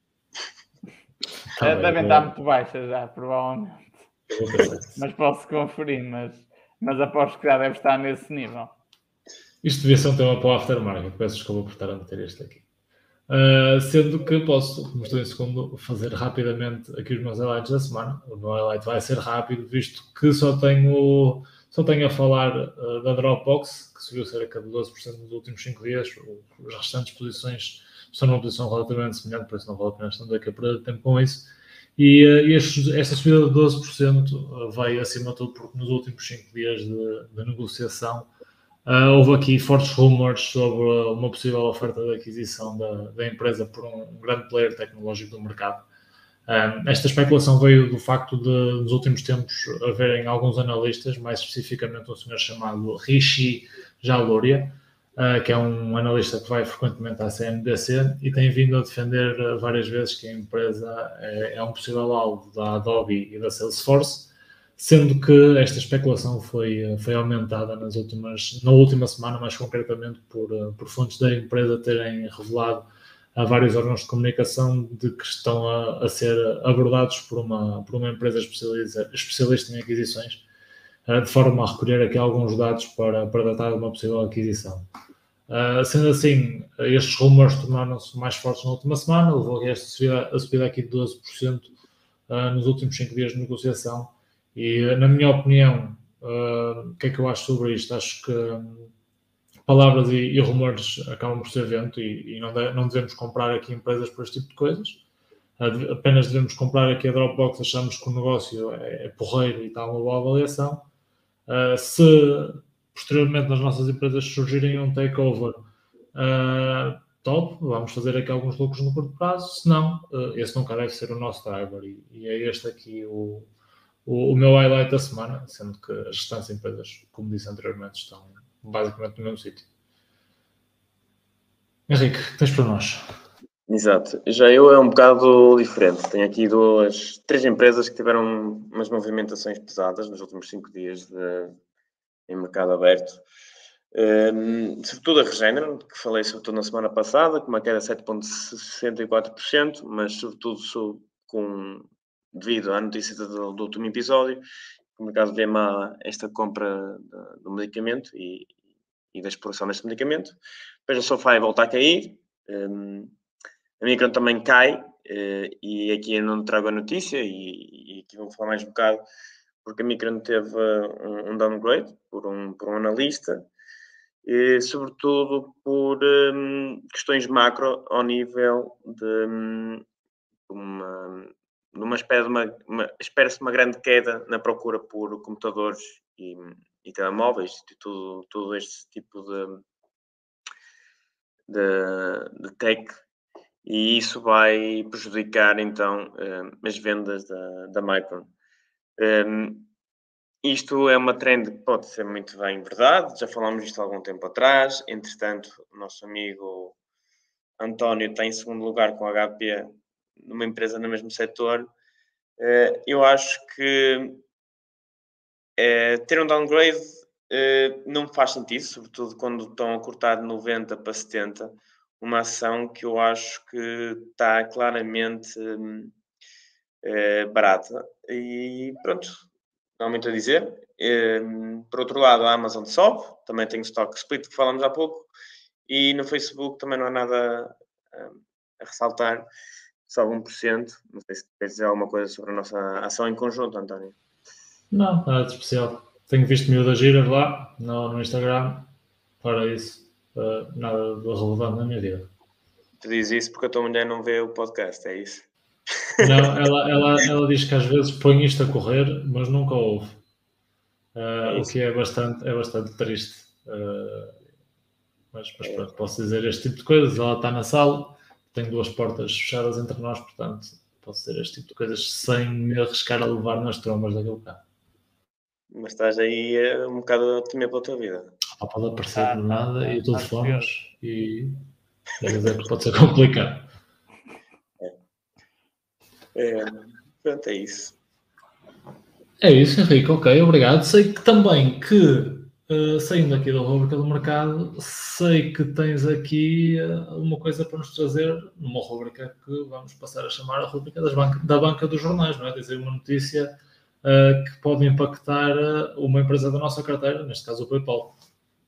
Tá Eh, bem, Devem vou- estar muito baixas já, provavelmente. eu vou pensar nisso. Mas posso conferir, mas, mas aposto que já deve estar nesse nível. Isto devia ser um tema para o aftermarket. Peço desculpa por estar a meter este aqui. Uh, sendo que posso, como estou em segundo, fazer rapidamente aqui os meus highlights da semana. O meu highlight vai ser rápido, visto que só tenho, só tenho a falar uh, da Dropbox, que subiu cerca de doze por cento nos últimos cinco dias. As restantes posições estão numa posição relativamente semelhante, por isso não vale a pena estar aqui a perder tempo com isso. E, uh, e este, esta subida de doze por cento veio acima de tudo porque nos últimos cinco dias de, de negociação Uh, houve aqui fortes rumores sobre uma possível oferta de aquisição da, da empresa por um, um grande player tecnológico do mercado. Um, esta especulação veio do facto de, nos últimos tempos, haverem alguns analistas, mais especificamente um senhor chamado Rishi Jaluria, uh, que é um analista que vai frequentemente à C N B C e tem vindo a defender uh, várias vezes que a empresa é, é um possível alvo da Adobe e da Salesforce, sendo que esta especulação foi, foi aumentada nas últimas, na última semana, mais concretamente por, por fontes da empresa terem revelado a vários órgãos de comunicação de que estão a, a ser abordados por uma, por uma empresa especialista em aquisições, de forma a recolher aqui alguns dados para, para datar uma possível aquisição. Uh, sendo assim, estes rumores tornaram-se mais fortes na última semana, levou a esta subida, a subida aqui de doze por cento uh, nos últimos cinco dias de negociação. E, na minha opinião, uh, o que é que eu acho sobre isto? Acho que um, palavras e, e rumores acabam por ser vento e, e não, de, não devemos comprar aqui empresas por este tipo de coisas. Uh, apenas devemos comprar aqui a Dropbox, achamos que o negócio é, é porreiro e está uma boa avaliação. Uh, se posteriormente nas nossas empresas surgirem um takeover uh, top, vamos fazer aqui alguns lucros no curto prazo, se não, uh, esse nunca deve ser o nosso driver e, e é este aqui o, o, o meu highlight da semana, sendo que as restantes empresas, como disse anteriormente, estão basicamente no mesmo sítio. Henrique, o que tens para nós? Exato. Já eu é um bocado diferente. Tenho aqui duas, três empresas que tiveram umas movimentações pesadas nos últimos cinco dias de, em mercado aberto. Um, sobretudo a Regeneron, que falei sobretudo na semana passada, com uma queda de sete vírgula sessenta e quatro por cento, mas sobretudo com, devido à notícia do, do último episódio, o mercado vê má esta compra do, do medicamento e, e da exploração deste medicamento. Depois a SoFi volta a cair. Um, A Micron também cai, e aqui eu não trago a notícia, e, e aqui vou falar mais um bocado, porque a Micron teve um, um downgrade por um, por um analista, e, sobretudo por um, questões macro ao nível de um, uma, de uma espécie de uma, uma, espera-se uma grande queda na procura por computadores e, e telemóveis, e tudo, todo este tipo de, de, de tech. E isso vai prejudicar, então, as vendas da, da Micron. Um, isto é uma trend que pode ser muito bem verdade, já falámos disto há algum tempo atrás. Entretanto, o nosso amigo António está em segundo lugar com a H P numa empresa no mesmo setor. Uh, eu acho que uh, ter um downgrade uh, não faz sentido, sobretudo quando estão a cortar de noventa para setenta. Uma ação que eu acho que está claramente hum, é, barata. E pronto, não há muito a dizer. Um, por outro lado, a Amazon sobe, também tem o stock split que falamos há pouco, e no Facebook também não há nada um, a ressaltar, sobe um por cento. Não sei se queres dizer alguma coisa sobre a nossa ação em conjunto, António. Não, nada de especial. Tenho visto miúdas giras lá no, no Instagram, para isso. Uh, nada de relevante na minha vida. Tu dizes isso porque a tua mulher não vê o podcast, é isso? Não, ela, ela, ela diz que às vezes põe isto a correr, mas nunca ouve. Uh, é o que é bastante, é bastante triste. Uh, mas, mas pronto, posso dizer este tipo de coisas. Ela está na sala, tem duas portas fechadas entre nós, portanto, posso dizer este tipo de coisas sem me arriscar a levar nas trombas daquele carro. Mas estás aí um bocado a temer pela tua vida. Ah, pode aparecer ah, do nada ah, e tu telefonas e quer dizer que pode ser complicado. É. É, pronto, é isso. É isso, Henrique, ok, obrigado. Sei que também que, uh, saindo aqui da rubrica do mercado, sei que tens aqui uh, uma coisa para nos trazer, numa rubrica que vamos passar a chamar a rubrica das banca, da banca dos jornais, não é? Quer dizer, uma notícia uh, que pode impactar uh, uma empresa da nossa carteira, neste caso o PayPal.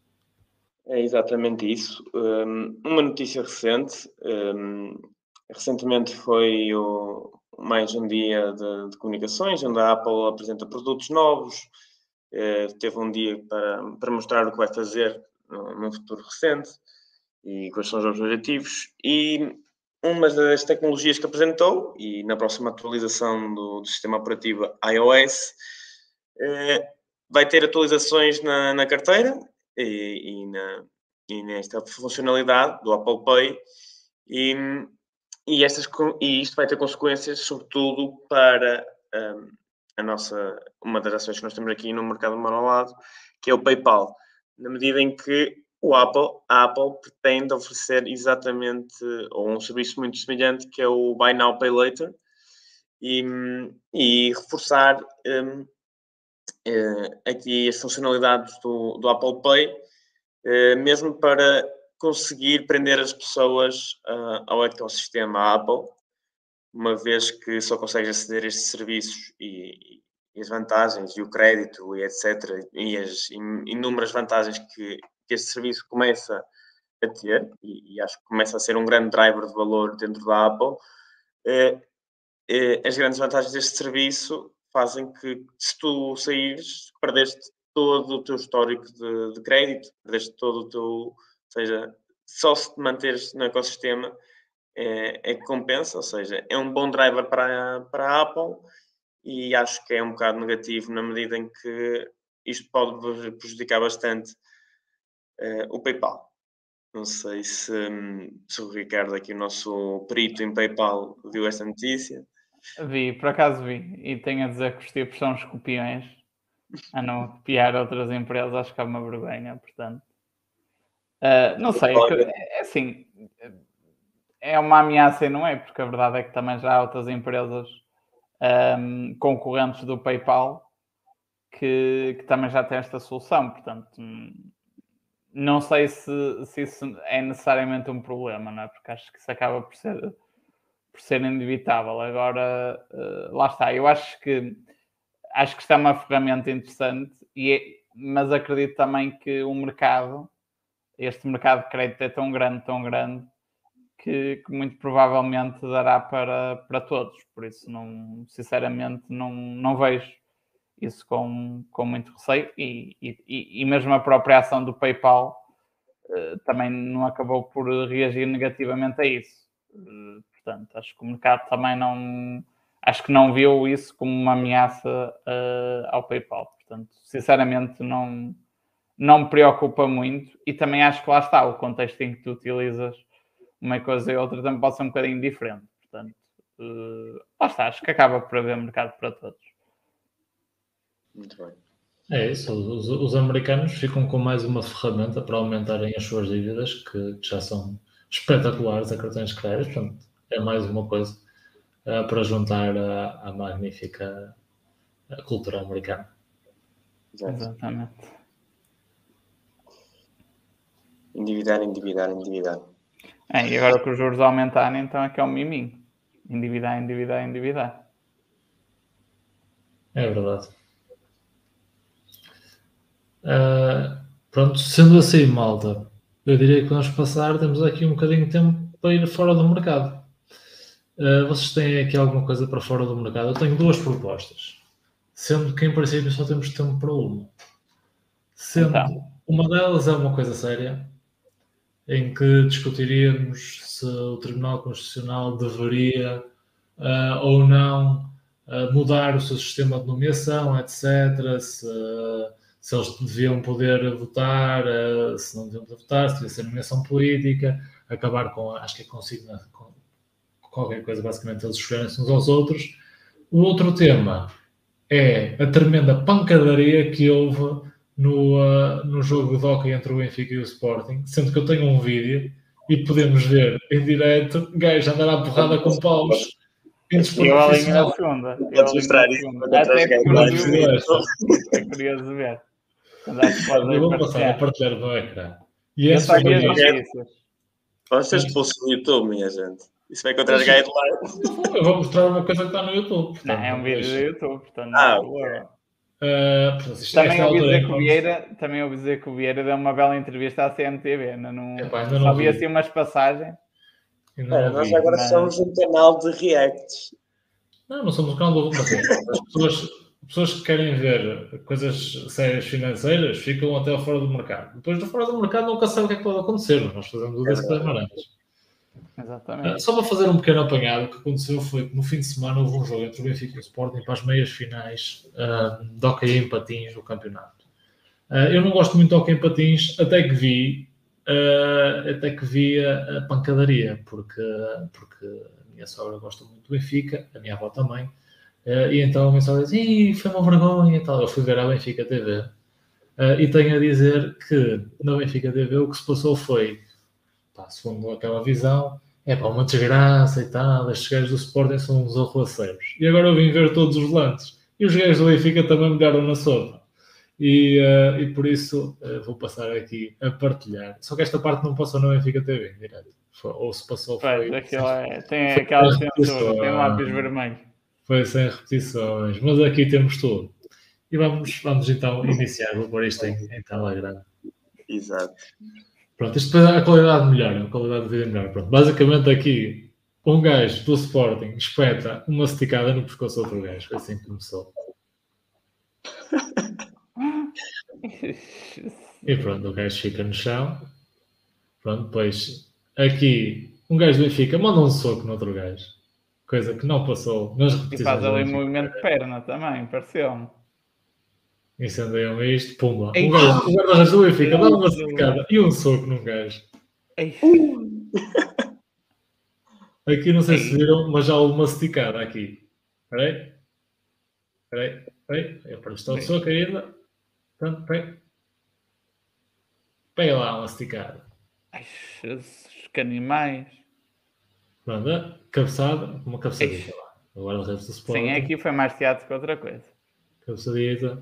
É exatamente isso. Um, uma notícia recente, um, recentemente foi o, mais um dia de, de comunicações, onde a Apple apresenta produtos novos, uh, teve um dia para, para mostrar o que vai fazer no, num futuro recente e quais são os objetivos. E uma das tecnologias que apresentou, e na próxima atualização do, do sistema operativo iOS, uh, vai ter atualizações na, na carteira, E, e, na, e nesta funcionalidade do Apple Pay, e, e, estas, e isto vai ter consequências, sobretudo para um, a nossa, uma das ações que nós temos aqui no mercado monolado, que é o PayPal, na medida em que o Apple, a Apple pretende oferecer exatamente, ou um serviço muito semelhante, que é o Buy Now, Pay Later, e, e reforçar um, Uh, aqui as funcionalidades do, do Apple Pay, uh, mesmo para conseguir prender as pessoas uh, ao ecossistema Apple, uma vez que só consegues aceder a estes serviços e, e as vantagens, e o crédito, e etcétera, e as inúmeras vantagens que, que este serviço começa a ter, e, e acho que começa a ser um grande driver de valor dentro da Apple, eh, eh, as grandes vantagens deste serviço fazem que, se tu saíres, perdeste todo o teu histórico de, de crédito, perdeste todo o teu... Ou seja, só se te manteres no ecossistema é, é que compensa, ou seja, é um bom driver para, para a Apple, e acho que é um bocado negativo na medida em que isto pode prejudicar bastante uh, o PayPal. Não sei se, se o Ricardo, aqui o nosso perito em PayPal, viu esta notícia. Vi, por acaso vi, e tenho a dizer que os tipos são os copiões a não copiar outras empresas, acho que é uma vergonha, portanto. Uh, não sei, é, é assim, é uma ameaça e não é, porque a verdade é que também já há outras empresas um, concorrentes do PayPal que, que também já têm esta solução, portanto, não sei se, se isso é necessariamente um problema, não é? Porque acho que isso acaba por ser, por ser inevitável. Agora, uh, lá está, eu acho que acho que isto é uma ferramenta interessante, e é, mas acredito também que o mercado, este mercado de crédito é tão grande, tão grande, que, que muito provavelmente dará para, para todos. Por isso, não, sinceramente, não, não vejo isso com, com muito receio. E, e, e mesmo a própria ação do PayPal uh, também não acabou por reagir negativamente a isso. Uh, portanto, acho que o mercado também não... Acho que não viu isso como uma ameaça uh, ao PayPal. Portanto, sinceramente, não, não me preocupa muito. E também acho que lá está, o contexto em que tu utilizas uma coisa e outra também pode ser um bocadinho diferente. Portanto, uh, lá está, acho que acaba por haver mercado para todos. Muito bem. É isso, os, os americanos ficam com mais uma ferramenta para aumentarem as suas dívidas, que, que já são espetaculares a cartões de crédito. Portanto, é mais uma coisa uh, para juntar à, à magnífica cultura americana. Exato. Exatamente. Endividar, endividar, endividar. É, e agora que os juros aumentarem, então é que é um miminho. Endividar, endividar, endividar. É verdade. Uh, pronto, sendo assim, malta, eu diria que vamos passar, temos aqui um bocadinho de tempo para ir fora do mercado. Uh, vocês têm aqui alguma coisa para fora do mercado? Eu tenho duas propostas, sendo que em princípio só temos tempo para uma. Sendo então, uma delas é uma coisa séria, em que discutiríamos se o Tribunal Constitucional deveria uh, ou não uh, mudar o seu sistema de nomeação, etcétera, se, uh, se eles deviam poder votar, uh, se não deviam poder votar, se devia ser nomeação política, acabar com, acho que é consigna, com qualquer coisa, basicamente eles escolherem-se uns aos outros. O outro tema é a tremenda pancadaria que houve No, uh, no jogo de hóquei entre o Benfica e o Sporting, sendo que eu tenho um vídeo e podemos ver em direto gajo andar à porrada com paus em desporto eu profissional. Na segunda. Podes mostrar isso. Até porque não viu isso. É curioso de ver. Eu vou passar a partilhar no ecrã. E eu só vi as notícias. Vamos ser expulsos do YouTube, minha gente. Isso vai contra as guidelines. Eu vou mostrar uma coisa que está no YouTube. Portanto, não, é um vídeo do YouTube, portanto ah, não é okay. Uh, portanto, também, ouvi dizer que o Vieira, também ouvi dizer que o Vieira deu uma bela entrevista à C M T V. Não, não, Epá, só vi assim umas passagens. É, nós agora mas... somos um canal de reacts. Não, não somos um canal de reacts. As pessoas, pessoas que querem ver coisas sérias financeiras ficam até fora do mercado. Depois do fora do mercado nunca sabe o que é que pode acontecer. Nós fazemos o desse das maranhas. Exatamente. Só para fazer um pequeno apanhado, o que aconteceu foi que no fim de semana houve um jogo entre o Benfica e o Sporting para as meias finais uh, de hóquei em patins do campeonato. Uh, eu não gosto muito de hóquei em patins, até que vi, uh, até que vi a, a pancadaria, porque, porque a minha sogra gosta muito do Benfica, a minha avó também, uh, e então a minha sogra diz, foi uma vergonha e tal. Eu fui ver a Benfica T V uh, e tenho a dizer que na Benfica T V o que se passou foi, pá, segundo aquela visão, é pá, uma desgraça e tal, estes gajos do Sporting são uns arruaceiros. E agora eu vim ver todos os lances. E os gajos do Benfica também me deram na sopa. E, uh, e por isso uh, vou passar aqui a partilhar. Só que esta parte não passou na Benfica T V, direto. Ou se passou foi... Pois, aquilo é, tem foi aquela censura, tem um lápis vermelho. foi sem repetições, mas aqui temos tudo. E vamos, vamos então iniciar, vou pôr isto em, em Telegram. Exato. Pronto, isto depois a qualidade melhora, a qualidade de vida melhora. Pronto, basicamente aqui, um gajo do Sporting espeta uma esticada no pescoço do outro gajo. Foi assim que começou. E pronto, o gajo fica no chão. Pronto, depois aqui, um gajo do Benfica manda um soco no outro gajo. Coisa que não passou nas repetições. E faz ali um movimento de perna também, pareceu-me. Incendeiam isto, pumba. Um gajo, um guarda-redes do Benfica dá uma esticada e um soco num gajo. Aqui não sei se viram, mas já há uma esticada aqui. Espera aí. Espera aí. Espera aí. Eu estou de soco ainda. Portanto, pega. Pega lá uma esticada. Ai, Jesus, que animais. Pronto, cabeçada, uma cabeçadita lá. Agora o resto do Sporting. Sim, aqui foi mais teatro que outra coisa. Cabeçadita.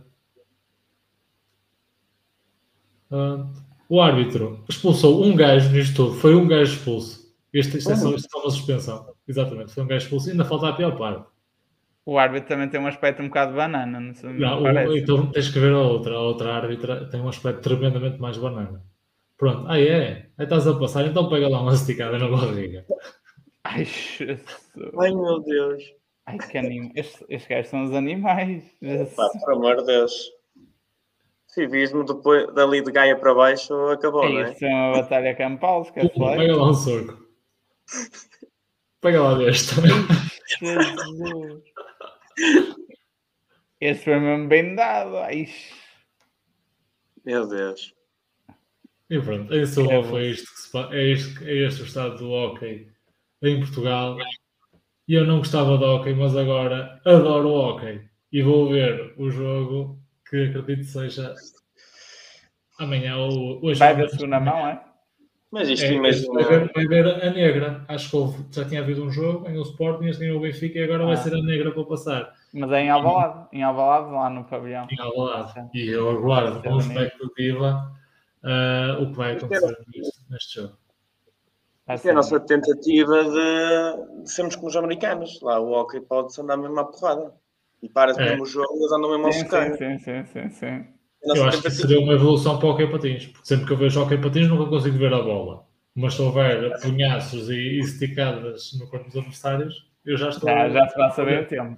Pronto. O árbitro expulsou um gajo nisto tudo. Foi um gajo expulso. Este, isto, é só, isto é só uma suspensão. Exatamente, foi um gajo expulso. Ainda falta a pior parte. O árbitro também tem um aspecto um bocado de banana, não sei, Não, parece. O, então tens que ver a outra. A outra árbitra tem um aspecto tremendamente mais banana. Pronto, aí é. Aí estás a passar, então pega lá uma esticada na barriga. Ai, Jesus. Ai, meu Deus. Ai, que anima. Estes, estes gajos são os animais. Pá, por amor de Deus. Civismo depois dali de Gaia para baixo acabou, não é? Isto é uma batalha campal, se quer falar. Pega lá um soco. Pega lá deste. Jesus. Este foi mesmo bem dado. Ai. Meu Deus. E pronto, em suma foi isto que se fa... é, este, é este o estado do hóquei em Portugal. E eu não gostava de hóquei, mas agora adoro o hóquei. E vou ver o jogo que acredito seja amanhã ou hoje. Vai da segunda mão, é? Mas isto É, imagina... vai, ver, vai ver a negra. Acho que houve, já tinha havido um jogo em o Sporting, este tinha o Benfica e agora ah. vai ser a negra para passar. Mas é em Alvalade, em Alvalade, lá no pavilhão. Em Alvalade. E eu aguardo com expectativa uh, o que vai acontecer neste, neste jogo. Esta é a nossa tentativa de, de sermos como os americanos. Lá o hockey pode-se andar mesmo à porrada. E para-se é. mesmo o jogo e eles andam mesmo ao secar. Sim, sim, sim, sim. Eu acho que seria uma evolução para o hockey patins, porque sempre que eu vejo hockey patins nunca consigo ver a bola. Mas se houver punhaços e, e esticadas no corpo dos adversários, eu já estou... Já, já se vai saber o tempo.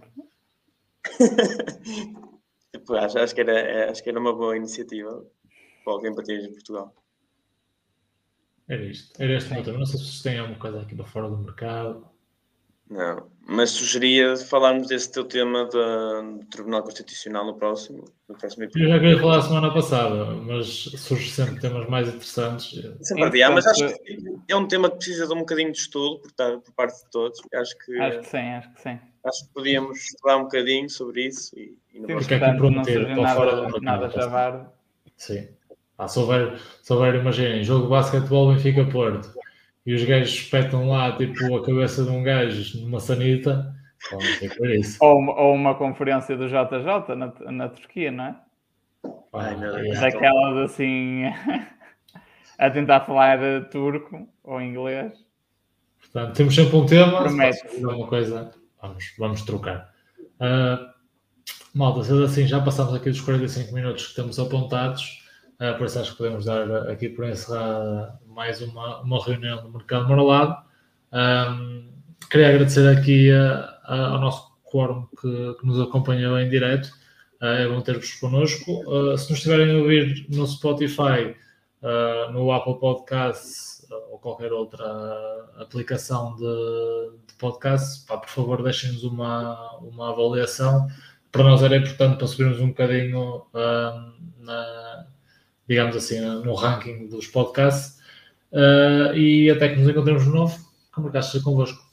Tipo, acho, acho, que era, acho que era uma boa iniciativa para o hockey patins em Portugal. Era isto. Era este meu tema. Não sei se vocês têm alguma coisa aqui para fora do mercado. Não, mas sugeria falarmos desse teu tema do, do Tribunal Constitucional no próximo, no próximo episódio. Eu já queria falar a semana passada, mas surge sempre temas mais interessantes. Sempre adiar, mas acho que é um tema que precisa de um bocadinho de estudo por, por parte de todos. Acho que, acho que sim, acho que sim. Acho que podíamos estudar um bocadinho sobre isso. E, e no Porque é que prometer para nada, fora do mercado. Nada javar. Sim. Ah, se houver, se houver, imaginem, jogo de basquetebol Benfica-Porto e os gajos espetam lá, tipo, a cabeça de um gajo numa sanita, bom, não sei por isso. Ou, ou uma conferência do J J na, na Turquia, não é? Ai, meu Deus. Daquelas assim, a tentar falar turco ou inglês. Portanto, temos sempre um tema, promete se uma coisa, vamos, vamos trocar. Uh, malta, sendo assim, já passamos aqui dos quarenta e cinco minutos que temos apontados. Uh, por isso acho que podemos dar aqui por encerrada mais uma, uma reunião do Mercado Marolado. Um, queria agradecer aqui uh, uh, ao nosso quórum que, que nos acompanhou em direto. Uh, é bom ter-vos connosco. Uh, se nos estiverem a ouvir no Spotify, uh, no Apple Podcasts uh, ou qualquer outra aplicação de, de podcast, pá, por favor deixem-nos uma, uma avaliação. Para nós era importante para subirmos um bocadinho uh, na... digamos assim, no ranking dos podcasts. Uh, e até que nos encontremos de novo, que o mercado seja convosco.